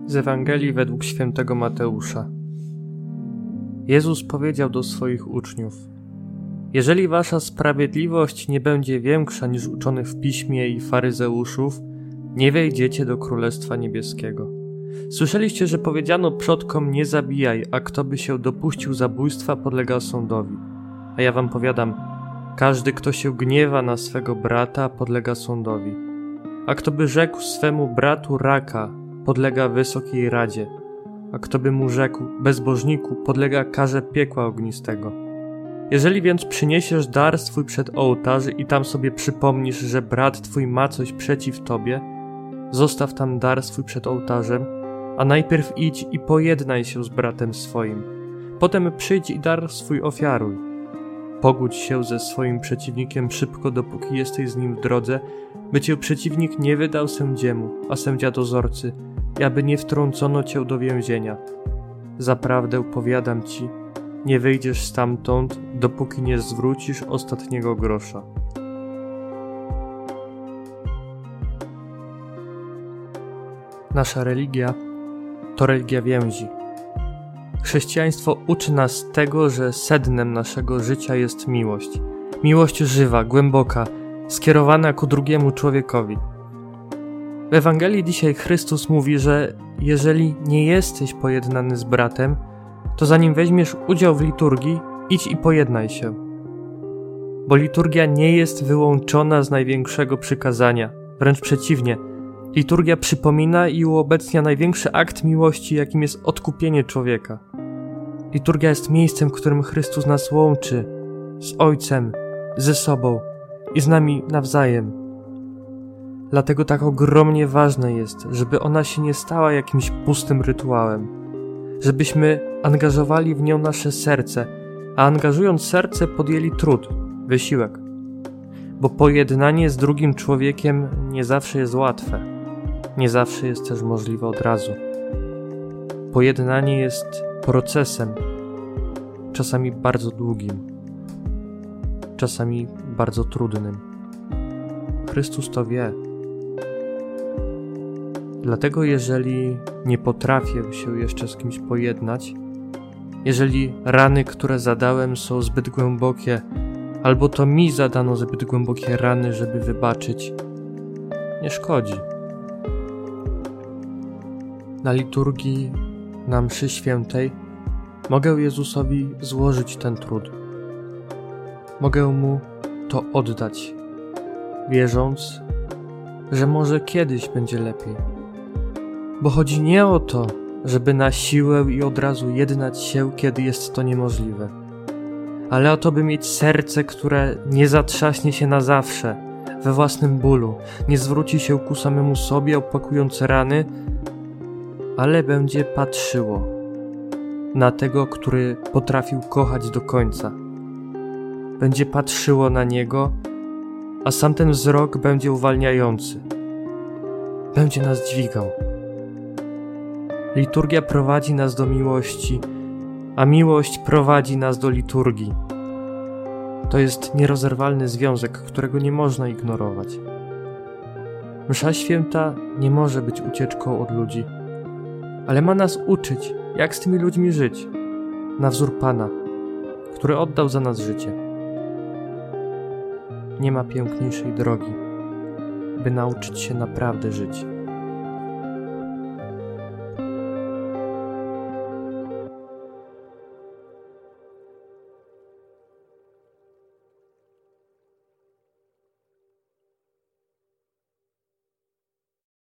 Z Ewangelii według świętego Mateusza. Jezus powiedział do swoich uczniów: jeżeli wasza sprawiedliwość nie będzie większa niż uczonych w piśmie i faryzeuszów, nie wejdziecie do Królestwa Niebieskiego. Słyszeliście, że powiedziano przodkom: nie zabijaj, a kto by się dopuścił zabójstwa, podlega sądowi. A ja wam powiadam, każdy, kto się gniewa na swego brata, podlega sądowi. A kto by rzekł swemu bratu raka, podlega wysokiej radzie. A kto by mu rzekł bezbożniku, podlega karze piekła ognistego. Jeżeli więc przyniesiesz dar swój przed ołtarz i tam sobie przypomnisz, że brat twój ma coś przeciw tobie, zostaw tam dar swój przed ołtarzem, a najpierw idź i pojednaj się z bratem swoim. Potem przyjdź i dar swój ofiaruj. Pogódź się ze swoim przeciwnikiem szybko, dopóki jesteś z nim w drodze, by cię przeciwnik nie wydał sędziemu, a sędzia dozorcy, i aby nie wtrącono cię do więzienia. Zaprawdę powiadam ci, nie wyjdziesz stamtąd, dopóki nie zwrócisz ostatniego grosza. Nasza religia to religia więzi. Chrześcijaństwo uczy nas tego, że sednem naszego życia jest miłość. Miłość żywa, głęboka, skierowana ku drugiemu człowiekowi. W Ewangelii dzisiaj Chrystus mówi, że jeżeli nie jesteś pojednany z bratem, to zanim weźmiesz udział w liturgii, idź i pojednaj się. Bo liturgia nie jest wyłączona z największego przykazania. Wręcz przeciwnie, liturgia przypomina i uobecnia największy akt miłości, jakim jest odkupienie człowieka. Liturgia jest miejscem, w którym Chrystus nas łączy z Ojcem, ze sobą i z nami nawzajem. Dlatego tak ogromnie ważne jest, żeby ona się nie stała jakimś pustym rytuałem. Żebyśmy angażowali w nią nasze serce, a angażując serce podjęli trud, wysiłek. Bo pojednanie z drugim człowiekiem nie zawsze jest łatwe. Nie zawsze jest też możliwe od razu. Pojednanie jest procesem, czasami bardzo długim, czasami bardzo trudnym. Chrystus to wie. Dlatego jeżeli nie potrafię się jeszcze z kimś pojednać, jeżeli rany, które zadałem, są zbyt głębokie, albo to mi zadano zbyt głębokie rany, żeby wybaczyć, nie szkodzi. Na liturgii, na mszy świętej mogę Jezusowi złożyć ten trud. Mogę Mu to oddać, wierząc, że może kiedyś będzie lepiej. Bo chodzi nie o to, żeby na siłę i od razu jednać się, kiedy jest to niemożliwe, ale o to, by mieć serce, które nie zatrzaśnie się na zawsze, we własnym bólu, nie zwróci się ku samemu sobie, opakując rany, ale będzie patrzyło na tego, który potrafił kochać do końca. Będzie patrzyło na Niego, a sam ten wzrok będzie uwalniający. Będzie nas dźwigał. Liturgia prowadzi nas do miłości, a miłość prowadzi nas do liturgii. To jest nierozerwalny związek, którego nie można ignorować. Msza święta nie może być ucieczką od ludzi, ale ma nas uczyć, jak z tymi ludźmi żyć, na wzór Pana, który oddał za nas życie. Nie ma piękniejszej drogi, by nauczyć się naprawdę żyć.